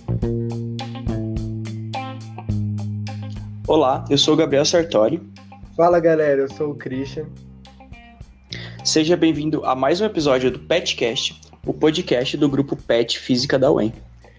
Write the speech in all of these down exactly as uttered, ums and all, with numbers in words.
Olá, eu sou o Gabriel Sartori. Fala galera, eu sou o Christian. Seja bem-vindo a mais um episódio do PetCast, o podcast do grupo Pet Física da U E M.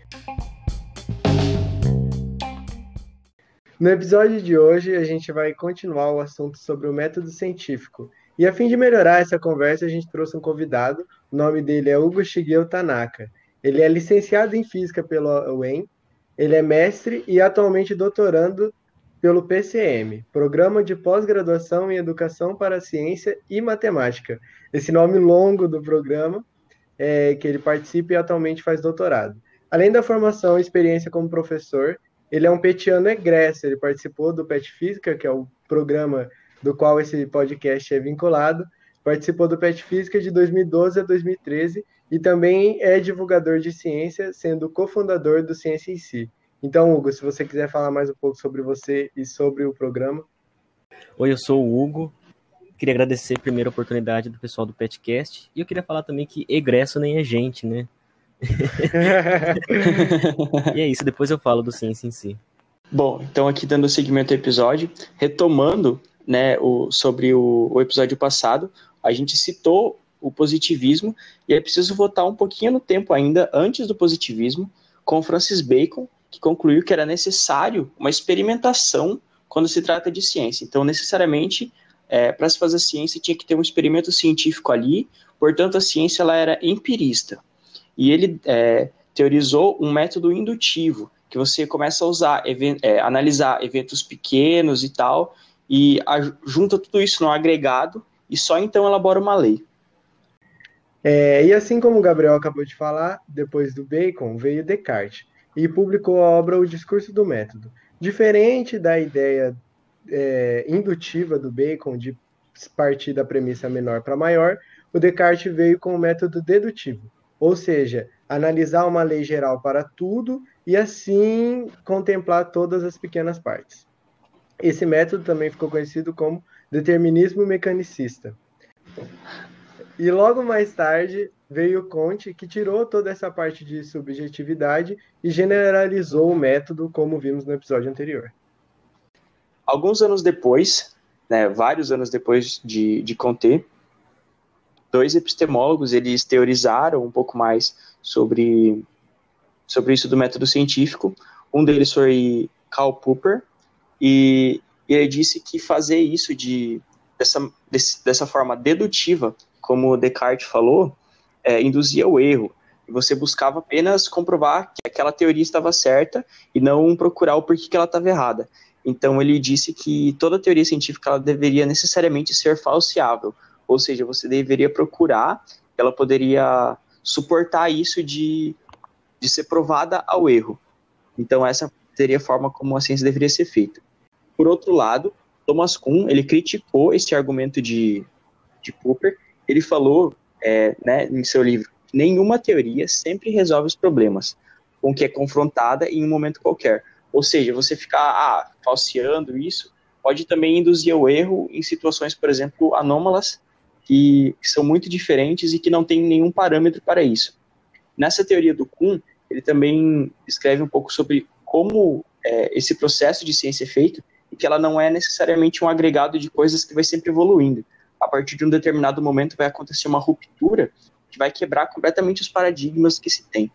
No episódio de hoje, a gente vai continuar o assunto sobre o método científico. E a fim de melhorar essa conversa, a gente trouxe um convidado. O nome dele é Hugo Shigeo Tanaka. Ele é licenciado em Física pela U E M, ele é mestre e atualmente doutorando pelo P C M, Programa de Pós-Graduação em Educação para a Ciência e Matemática. Esse nome longo do programa é que ele participa e atualmente faz doutorado. Além da formação e experiência como professor, ele é um petiano egresso, ele participou do Pet Física, que é o programa do qual esse podcast é vinculado, participou do Pet Física de dois mil e doze a dois mil e treze e também é divulgador de ciência, sendo cofundador do Ciência em Si. Então, Hugo, se você quiser falar mais um pouco sobre você e sobre o programa. Oi, eu sou o Hugo. Queria agradecer primeiro a oportunidade do pessoal do PetCast. E eu queria falar também que egresso nem é gente, né? E é isso, depois eu falo do Ciência em Si. Bom, então aqui dando seguimento ao episódio, retomando, né, o, sobre o, o episódio passado, a gente citou o positivismo, e é preciso voltar um pouquinho no tempo ainda, antes do positivismo, com Francis Bacon, que concluiu que era necessário uma experimentação quando se trata de ciência. Então, necessariamente, é, para se fazer ciência, tinha que ter um experimento científico ali, portanto, a ciência ela era empirista. E ele é, teorizou um método indutivo, que você começa a usar, é, analisar eventos pequenos e tal, e a, junta tudo isso num agregado, e só então elabora uma lei. É, e assim como o Gabriel acabou de falar, depois do Bacon veio Descartes, e publicou a obra O Discurso do Método. Diferente da ideia é, indutiva do Bacon, de partir da premissa menor para maior, o Descartes veio com o método dedutivo, ou seja, analisar uma lei geral para tudo e assim contemplar todas as pequenas partes. Esse método também ficou conhecido como determinismo mecanicista. E logo mais tarde veio Comte, que tirou toda essa parte de subjetividade e generalizou o método, como vimos no episódio anterior. Alguns anos depois, né, vários anos depois de, de Comte, dois epistemólogos, eles teorizaram um pouco mais sobre, sobre isso do método científico. Um deles foi Karl Popper, e ele disse que fazer isso de, dessa, desse, dessa forma dedutiva, como Descartes falou, é, induzia o erro. E você buscava apenas comprovar que aquela teoria estava certa e não procurar o porquê que ela estava errada. Então ele disse que toda teoria científica ela deveria necessariamente ser falseável, ou seja, você deveria procurar, ela poderia suportar isso de, de ser provada ao erro. Então essa seria a forma como a ciência deveria ser feita. Por outro lado, Thomas Kuhn, ele criticou esse argumento de, de Popper. Ele falou, é, né, em seu livro, que nenhuma teoria sempre resolve os problemas com que é confrontada em um momento qualquer. Ou seja, você ficar ah, falseando isso pode também induzir ao erro em situações, por exemplo, anômalas, que, que são muito diferentes e que não tem nenhum parâmetro para isso. Nessa teoria do Kuhn, ele também escreve um pouco sobre como é, esse processo de ciência é feito e que ela não é necessariamente um agregado de coisas que vai sempre evoluindo. A partir de um determinado momento vai acontecer uma ruptura que vai quebrar completamente os paradigmas que se tem.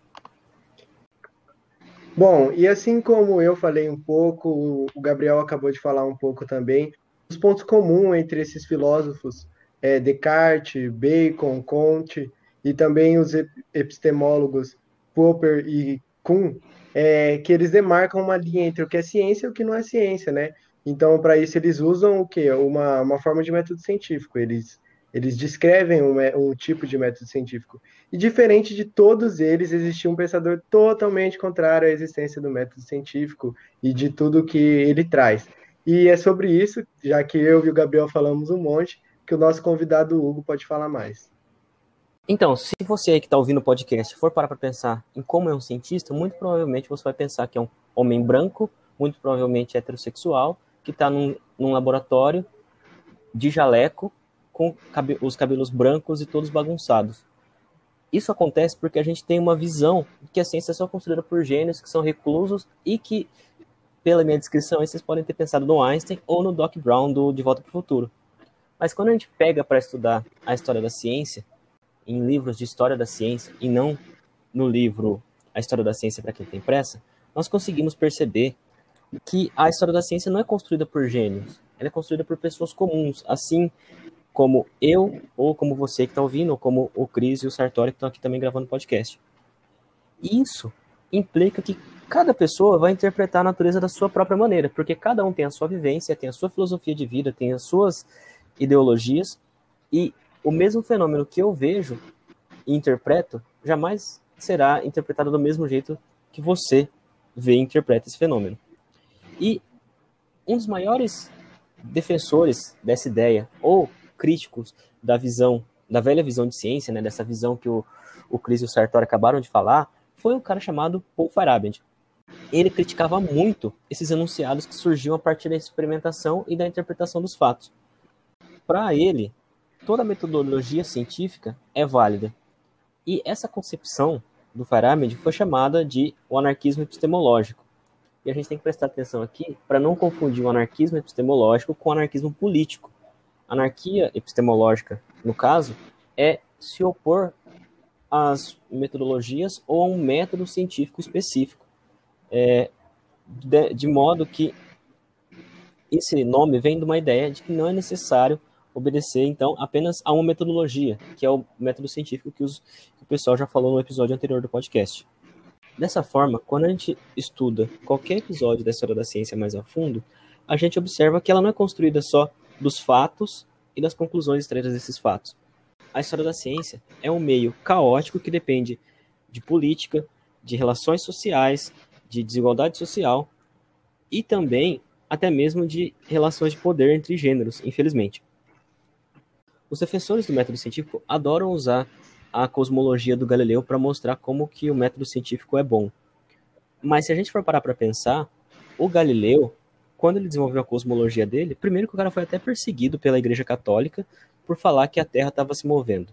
Bom, e assim como eu falei um pouco, o Gabriel acabou de falar um pouco também, os pontos comuns entre esses filósofos, é, Descartes, Bacon, Comte, e também os epistemólogos Popper e Kuhn, é que eles demarcam uma linha entre o que é ciência e o que não é ciência, né? Então, para isso, eles usam o quê? Uma, uma forma de método científico. Eles, eles descrevem um, um tipo de método científico. E diferente de todos eles, existia um pensador totalmente contrário à existência do método científico e de tudo que ele traz. E é sobre isso, já que eu e o Gabriel falamos um monte, que o nosso convidado Hugo pode falar mais. Então, se você aí que está ouvindo o podcast for parar para pensar em como é um cientista, muito provavelmente você vai pensar que é um homem branco, muito provavelmente heterossexual, que está num, num laboratório de jaleco, com cabe- os cabelos brancos e todos bagunçados. Isso acontece porque a gente tem uma visão de que a ciência é só construída por gênios que são reclusos e que, pela minha descrição, vocês podem ter pensado no Einstein ou no Doc Brown do De Volta para o Futuro. Mas quando a gente pega para estudar a história da ciência, em livros de história da ciência, e não no livro A História da Ciência para Quem Tem Pressa, nós conseguimos perceber que a história da ciência não é construída por gênios, ela é construída por pessoas comuns, assim como eu, ou como você que está ouvindo, ou como o Cris e o Sartori que estão aqui também gravando podcast. Isso implica que cada pessoa vai interpretar a natureza da sua própria maneira, porque cada um tem a sua vivência, tem a sua filosofia de vida, tem as suas ideologias, e o mesmo fenômeno que eu vejo e interpreto jamais será interpretado do mesmo jeito que você vê e interpreta esse fenômeno. E um dos maiores defensores dessa ideia, ou críticos da visão, da velha visão de ciência, né, dessa visão que o, o Cris e o Sartori acabaram de falar, foi um cara chamado Paul Feyerabend. Ele criticava muito esses enunciados que surgiam a partir da experimentação e da interpretação dos fatos. Para ele, toda metodologia científica é válida. E essa concepção do Feyerabend foi chamada de o anarquismo epistemológico. E a gente tem que prestar atenção aqui para não confundir o anarquismo epistemológico com o anarquismo político. Anarquia epistemológica, no caso, é se opor às metodologias ou a um método científico específico, é, de, de modo que esse nome vem de uma ideia de que não é necessário obedecer, então, apenas a uma metodologia, que é o método científico que, os, que o pessoal já falou no episódio anterior do podcast. Dessa forma, quando a gente estuda qualquer episódio da história da ciência mais a fundo, a gente observa que ela não é construída só dos fatos e das conclusões extraídas desses fatos. A história da ciência é um meio caótico que depende de política, de relações sociais, de desigualdade social e também até mesmo de relações de poder entre gêneros, infelizmente. Os defensores do método científico adoram usar a cosmologia do Galileu para mostrar como que o método científico é bom. Mas se a gente for parar para pensar, o Galileu, quando ele desenvolveu a cosmologia dele, primeiro que o cara foi até perseguido pela Igreja Católica por falar que a Terra estava se movendo.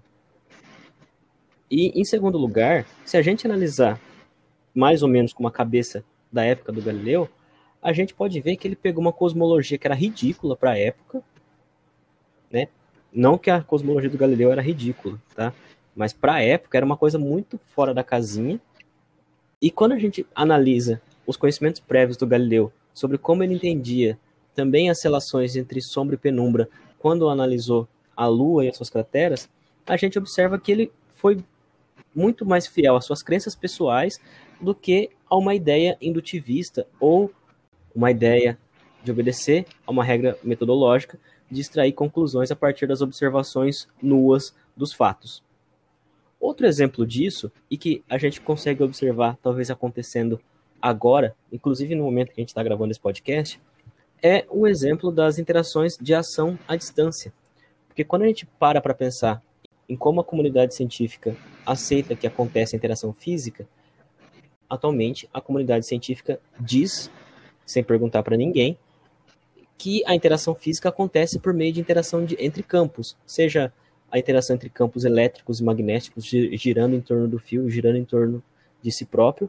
E, em segundo lugar, se a gente analisar mais ou menos com uma cabeça da época do Galileu, a gente pode ver que ele pegou uma cosmologia que era ridícula para a época, né? Não que a cosmologia do Galileu era ridícula, tá? Mas para a época era uma coisa muito fora da casinha. E quando a gente analisa os conhecimentos prévios do Galileu sobre como ele entendia também as relações entre sombra e penumbra quando analisou a Lua e as suas crateras, a gente observa que ele foi muito mais fiel às suas crenças pessoais do que a uma ideia indutivista ou uma ideia de obedecer a uma regra metodológica de extrair conclusões a partir das observações nuas dos fatos. Outro exemplo disso, e que a gente consegue observar talvez acontecendo agora, inclusive no momento que a gente está gravando esse podcast, é o exemplo das interações de ação à distância. Porque quando a gente para para pensar em como a comunidade científica aceita que acontece a interação física, atualmente a comunidade científica diz, sem perguntar para ninguém, que a interação física acontece por meio de interação de, entre campos, seja a interação entre campos elétricos e magnéticos girando em torno do fio, girando em torno de si próprio,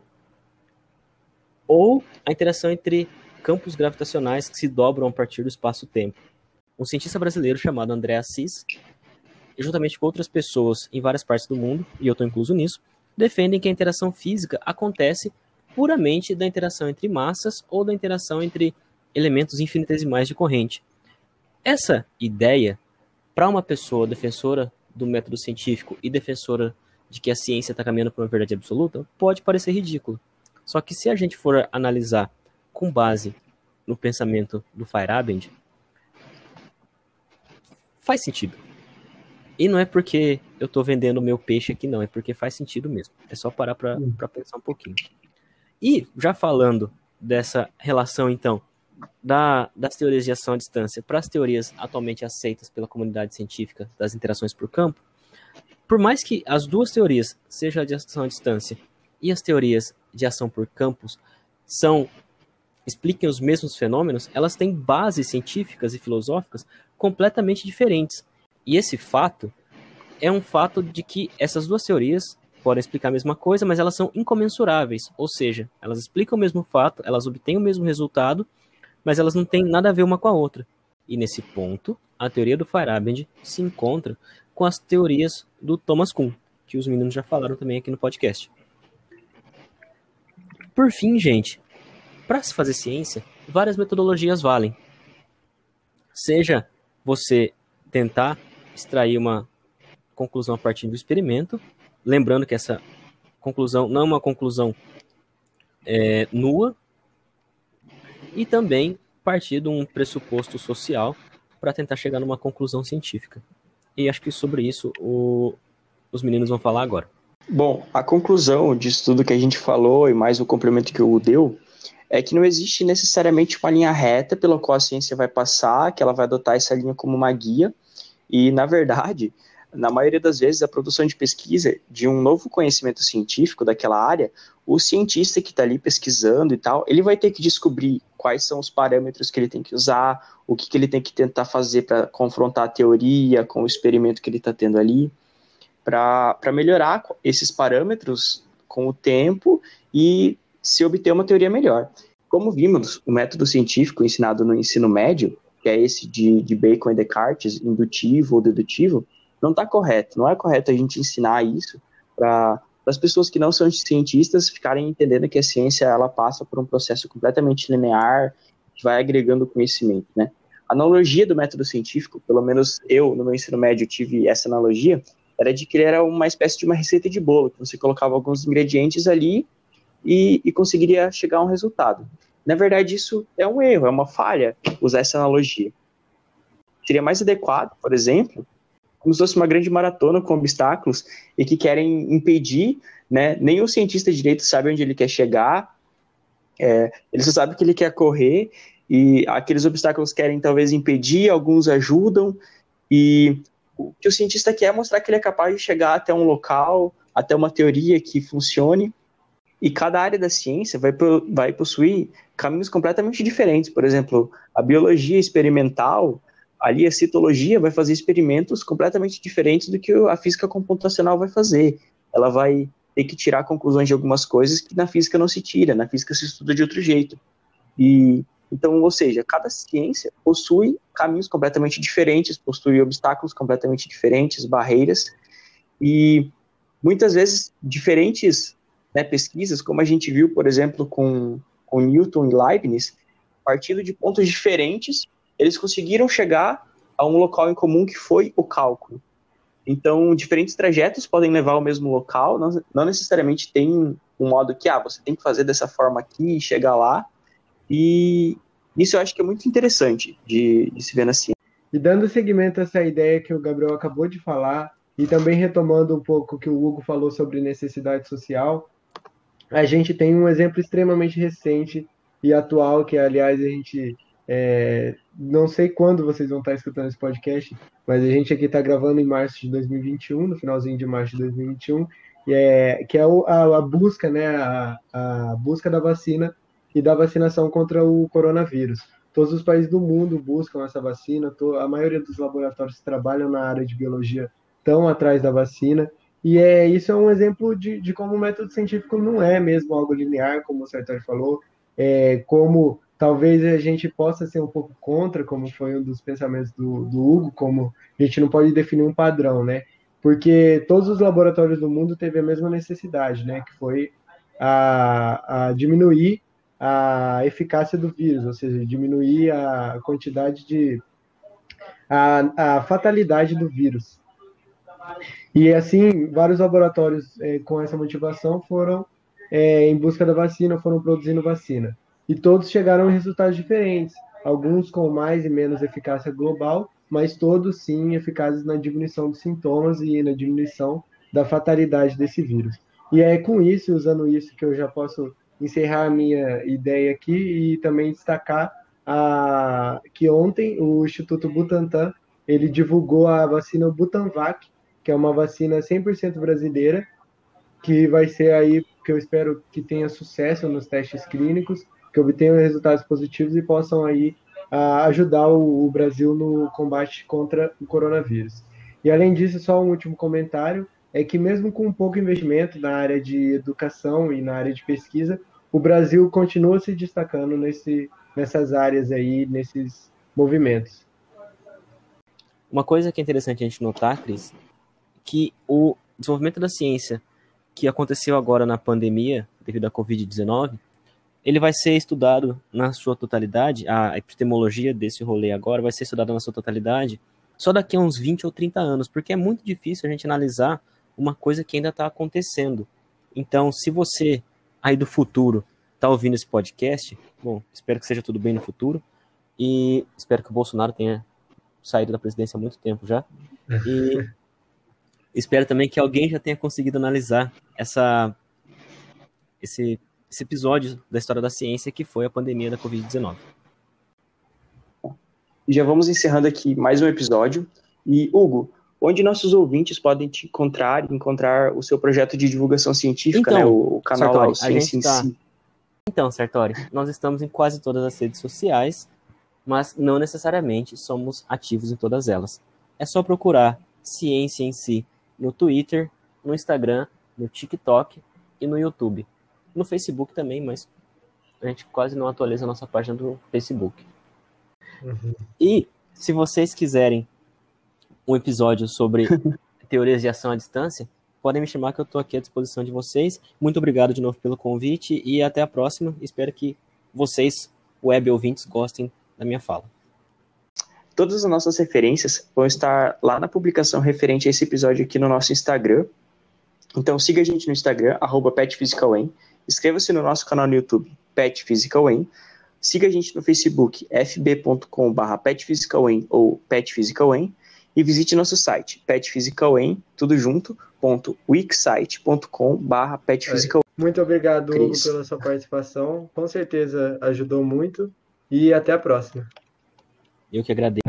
ou a interação entre campos gravitacionais que se dobram a partir do espaço-tempo. Um cientista brasileiro chamado André Assis, juntamente com outras pessoas em várias partes do mundo, e eu estou incluso nisso, defendem que a interação física acontece puramente da interação entre massas ou da interação entre elementos infinitesimais de corrente. Essa ideia, para uma pessoa defensora do método científico e defensora de que a ciência está caminhando para uma verdade absoluta, pode parecer ridículo. Só que se a gente for analisar com base no pensamento do Feyerabend, faz sentido. E não é porque eu estou vendendo o meu peixe aqui, não. É porque faz sentido mesmo. É só parar para pensar um pouquinho. E, já falando dessa relação, então, da, das teorias de ação à distância para as teorias atualmente aceitas pela comunidade científica das interações por campo, por mais que as duas teorias, seja a de ação à distância e as teorias de ação por campos, são, expliquem os mesmos fenômenos, elas têm bases científicas e filosóficas completamente diferentes. E esse fato é um fato de que essas duas teorias podem explicar a mesma coisa, mas elas são incomensuráveis, ou seja, elas explicam o mesmo fato, elas obtêm o mesmo resultado, mas elas não têm nada a ver uma com a outra. E nesse ponto, a teoria do Feyerabend se encontra com as teorias do Thomas Kuhn, que os meninos já falaram também aqui no podcast. Por fim, gente, para se fazer ciência, várias metodologias valem. Seja você tentar extrair uma conclusão a partir do experimento, lembrando que essa conclusão não é uma conclusão é, nua, e também partir de um pressuposto social para tentar chegar numa conclusão científica. E acho que sobre isso o, os meninos vão falar agora. Bom, a conclusão disso tudo que a gente falou e mais o complemento que o deu é que não existe necessariamente uma linha reta pela qual a ciência vai passar, que ela vai adotar essa linha como uma guia, e, na verdade, na maioria das vezes, a produção de pesquisa de um novo conhecimento científico daquela área, o cientista que está ali pesquisando e tal, ele vai ter que descobrir quais são os parâmetros que ele tem que usar, o que, que ele tem que tentar fazer para confrontar a teoria com o experimento que ele está tendo ali, para melhorar esses parâmetros com o tempo e se obter uma teoria melhor. Como vimos, o método científico ensinado no ensino médio, que é esse de, de Bacon e Descartes, indutivo ou dedutivo, não está correto. Não é correto a gente ensinar isso para as pessoas que não são cientistas ficarem entendendo que a ciência ela passa por um processo completamente linear, que vai agregando conhecimento, né? A analogia do método científico, pelo menos eu, no meu ensino médio, tive essa analogia, era de que ele era uma espécie de uma receita de bolo, que você colocava alguns ingredientes ali e, e conseguiria chegar a um resultado. Na verdade, isso é um erro, é uma falha usar essa analogia. Seria mais adequado, por exemplo, como se fosse uma grande maratona com obstáculos e que querem impedir, né? Nem o cientista de direito sabe onde ele quer chegar, é, ele só sabe que ele quer correr e aqueles obstáculos querem talvez impedir, alguns ajudam, e o que o cientista quer é mostrar que ele é capaz de chegar até um local, até uma teoria que funcione, e cada área da ciência vai, vai possuir caminhos completamente diferentes. Por exemplo, a biologia experimental, ali a citologia vai fazer experimentos completamente diferentes do que a física computacional vai fazer. Ela vai ter que tirar conclusões de algumas coisas que na física não se tira, na física se estuda de outro jeito. E, então, ou seja, cada ciência possui caminhos completamente diferentes, possui obstáculos completamente diferentes, barreiras, e muitas vezes diferentes, né, pesquisas, como a gente viu, por exemplo, com, com Newton e Leibniz, partindo de pontos diferentes, eles conseguiram chegar a um local em comum que foi o cálculo. Então, diferentes trajetos podem levar ao mesmo local, não, não necessariamente tem um modo que, ah, você tem que fazer dessa forma aqui e chegar lá, e isso eu acho que é muito interessante de, de se ver na ciência. E dando seguimento a essa ideia que o Gabriel acabou de falar, e também retomando um pouco o que o Hugo falou sobre necessidade social, a gente tem um exemplo extremamente recente e atual, que aliás a gente, é, não sei quando vocês vão estar escutando esse podcast, mas a gente aqui está gravando em março de dois mil e vinte e um, no finalzinho de março de dois mil e vinte e um, e é, que é a, a busca, né, a, a busca da vacina e da vacinação contra o coronavírus. Todos os países do mundo buscam essa vacina, a maioria dos laboratórios que trabalham na área de biologia estão atrás da vacina, e é, isso é um exemplo de, de como o método científico não é mesmo algo linear, como o Sartori falou, é, como talvez a gente possa ser um pouco contra, como foi um dos pensamentos do, do Hugo, como a gente não pode definir um padrão, né? Porque todos os laboratórios do mundo teve a mesma necessidade, né? Que foi a, a diminuir a eficácia do vírus, ou seja, diminuir a quantidade de... a, a fatalidade do vírus. E assim, vários laboratórios é, com essa motivação foram é, em busca da vacina, foram produzindo vacina. E todos chegaram a resultados diferentes, alguns com mais e menos eficácia global, mas todos sim eficazes na diminuição dos sintomas e na diminuição da fatalidade desse vírus. E é com isso, usando isso, que eu já posso encerrar a minha ideia aqui e também destacar a, que ontem o Instituto Butantan ele divulgou a vacina Butanvac, que é uma vacina cem por cento brasileira, que vai ser aí, que eu espero que tenha sucesso nos testes clínicos, que obtenham resultados positivos e possam aí uh, ajudar o, o Brasil no combate contra o coronavírus. E além disso, só um último comentário, é que mesmo com pouco investimento na área de educação e na área de pesquisa, o Brasil continua se destacando nesse, nessas áreas aí, nesses movimentos. Uma coisa que é interessante a gente notar, Cris, que o desenvolvimento da ciência que aconteceu agora na pandemia, devido à covid dezenove, ele vai ser estudado na sua totalidade, a epistemologia desse rolê agora vai ser estudada na sua totalidade só daqui a uns vinte ou trinta anos, porque é muito difícil a gente analisar uma coisa que ainda está acontecendo. Então, se você aí do futuro está ouvindo esse podcast, bom, espero que seja tudo bem no futuro, e espero que o Bolsonaro tenha saído da presidência há muito tempo já, e espero também que alguém já tenha conseguido analisar essa, esse, esse episódio da história da ciência que foi a pandemia da covid dezenove. Já vamos encerrando aqui mais um episódio. E, Hugo, onde nossos ouvintes podem te encontrar e encontrar o seu projeto de divulgação científica, então, né? O, o canal Sartori, lá, o Ciência em tá... Si. Então, Sartori, nós estamos em quase todas as redes sociais, mas não necessariamente somos ativos em todas elas. É só procurar Ciência em Si no Twitter, no Instagram, no TikTok e no YouTube. No Facebook também, mas a gente quase não atualiza a nossa página do Facebook. Uhum. E se vocês quiserem um episódio sobre teorias de ação à distância, podem me chamar que eu estou aqui à disposição de vocês. Muito obrigado de novo pelo convite e até a próxima. Espero que vocês, web ouvintes, gostem da minha fala. Todas as nossas referências vão estar lá na publicação referente a esse episódio aqui no nosso Instagram. Então siga a gente no Instagram, arroba petphysicalem. Inscreva-se no nosso canal no YouTube, petphysicalem. Siga a gente no Facebook, f b ponto com barra petphysicalem ou petphysicalem. E visite nosso site, petphysicalem, tudo junto, ponto wixsite ponto com barra petphysicalem. Muito obrigado, Hugo, pela sua participação. Com certeza ajudou muito. E até a próxima. Eu que agradeço.